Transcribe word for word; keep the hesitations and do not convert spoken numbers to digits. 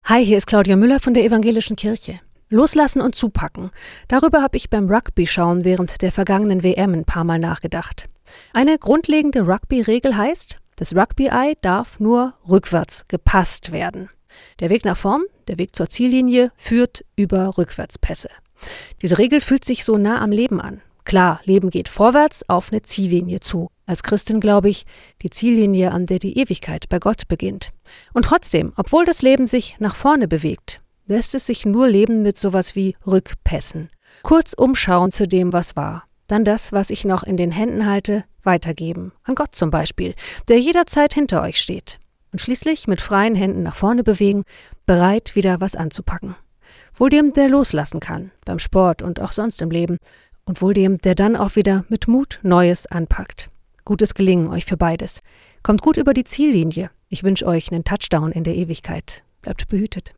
Hi, hier ist Claudia Müller von der Evangelischen Kirche. Loslassen und zupacken. Darüber habe ich beim Rugby-Schauen während der vergangenen W M ein paar Mal nachgedacht. Eine grundlegende Rugby-Regel heißt, das Rugby-Ei darf nur rückwärts gepasst werden. Der Weg nach vorn, der Weg zur Ziellinie, führt über Rückwärtspässe. Diese Regel fühlt sich so nah am Leben an. Klar, Leben geht vorwärts auf eine Ziellinie zu. Als Christin glaube ich, die Ziellinie, an der die Ewigkeit bei Gott beginnt. Und trotzdem, obwohl das Leben sich nach vorne bewegt, lässt es sich nur leben mit sowas wie Rückpässen. Kurz umschauen zu dem, was war. Dann das, was ich noch in den Händen halte, weitergeben. An Gott zum Beispiel, der jederzeit hinter euch steht. Und schließlich mit freien Händen nach vorne bewegen, bereit, wieder was anzupacken. Wohl dem, der loslassen kann, beim Sport und auch sonst im Leben. Und wohl dem, der dann auch wieder mit Mut Neues anpackt. Gutes Gelingen euch für beides. Kommt gut über die Ziellinie. Ich wünsche euch einen Touchdown in der Ewigkeit. Bleibt behütet.